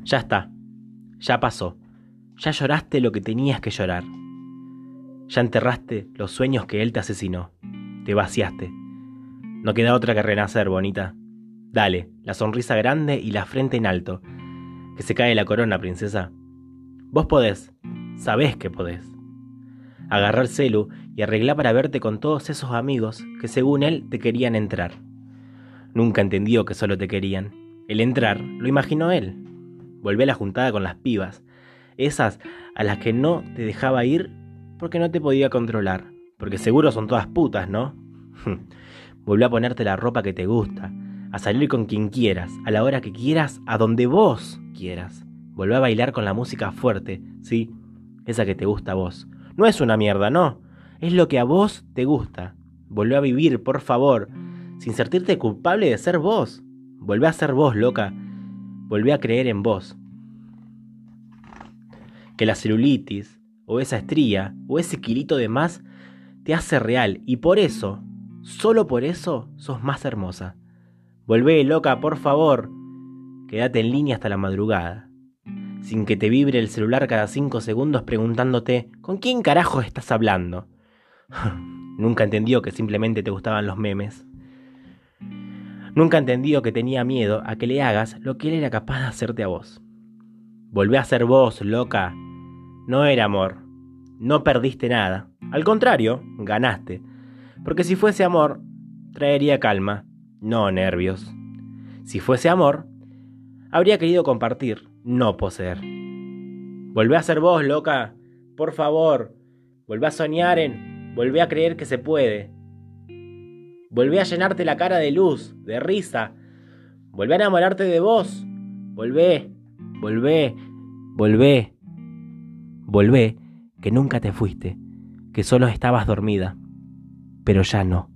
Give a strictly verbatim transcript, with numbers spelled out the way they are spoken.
Ya está, ya pasó, ya lloraste lo que tenías que llorar. Ya enterraste los sueños que él te asesinó. Te vaciaste. No queda otra que renacer, bonita. Dale, la sonrisa grande y la frente en alto. Que se cae la corona, princesa. Vos podés, sabés que podés. Agarrá el celu y arreglá para verte con todos esos amigos que según él te querían entrar. Nunca entendió que solo te querían. El entrar lo imaginó él. Volvé a la juntada con las pibas, esas a las que no te dejaba ir porque no te podía controlar, porque seguro son todas putas, ¿no? Volvé a ponerte la ropa que te gusta, a salir con quien quieras, a la hora que quieras, a donde vos quieras. Volvé a bailar con la música fuerte, sí, esa que te gusta a vos. No es una mierda, no, es lo que a vos te gusta. Volvé a vivir, por favor, sin sentirte culpable de ser vos. Volvé a ser vos, loca. Volvé a creer en vos. Que la celulitis, o esa estría, o ese kilito de más, te hace real. Y por eso, solo por eso, sos más hermosa. Volvé, loca, por favor. Quédate en línea hasta la madrugada. Sin que te vibre el celular cada cinco segundos preguntándote ¿con quién carajo estás hablando? Nunca entendió que simplemente te gustaban los memes. Nunca entendió que tenía miedo a que le hagas lo que él era capaz de hacerte a vos. Volvé a ser vos, loca. No era amor. No perdiste nada. Al contrario, ganaste. Porque si fuese amor, traería calma, no nervios. Si fuese amor, habría querido compartir, no poseer. Volvé a ser vos, loca. Por favor. Volvé a soñar en... Volvé a creer que se puede. Volvé a llenarte la cara de luz, de risa. Volvé a enamorarte de vos. Volvé, volvé, volvé. Volvé, que nunca te fuiste, que solo estabas dormida, pero ya no.